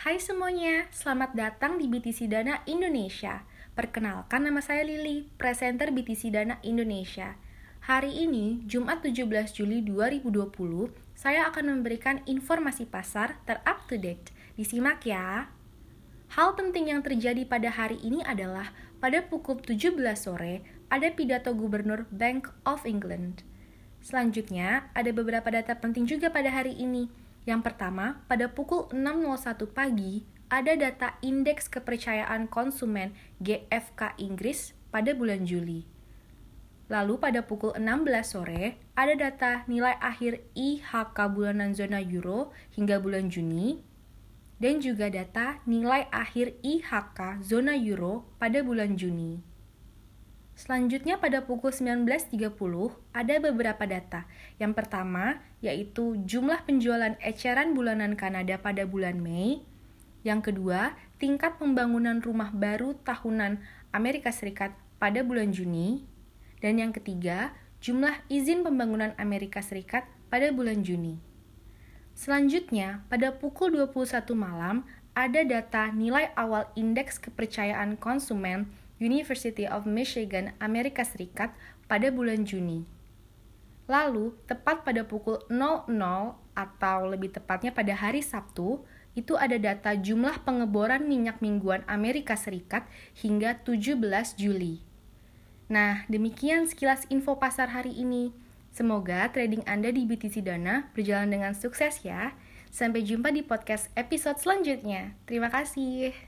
Hai semuanya, selamat datang di BTC Dana Indonesia. Perkenalkan, nama saya Lili, presenter BTC Dana Indonesia. Hari ini, Jumat 17 Juli 2020, saya akan memberikan informasi pasar ter-up to date. Disimak ya. Hal penting yang terjadi pada hari ini adalah pada pukul 17 sore ada pidato Gubernur Bank of England. Selanjutnya, ada beberapa data penting juga pada hari ini. Yang pertama, pada pukul 6.01 pagi, ada data Indeks Kepercayaan Konsumen GfK Inggris pada bulan Juli. Lalu pada pukul 16 sore, ada data nilai akhir IHK bulanan zona Euro hingga bulan Juni, dan juga data nilai akhir IHK zona Euro pada bulan Juni. Selanjutnya pada pukul 19.30 ada beberapa data. Yang pertama yaitu jumlah penjualan eceran bulanan Kanada pada bulan Mei. Yang kedua, tingkat pembangunan rumah baru tahunan Amerika Serikat pada bulan Juni. Dan yang ketiga, jumlah izin pembangunan Amerika Serikat pada bulan Juni. Selanjutnya, pada pukul 21 malam ada data nilai awal Indeks Kepercayaan Konsumen University of Michigan, Amerika Serikat pada bulan Juni. Lalu, tepat pada pukul 00 atau lebih tepatnya pada hari Sabtu, itu ada data jumlah pengeboran minyak mingguan Amerika Serikat hingga 17 Juli. Nah, demikian sekilas info pasar hari ini. Semoga trading Anda di BTC Dana berjalan dengan sukses ya. Sampai jumpa di podcast episode selanjutnya. Terima kasih.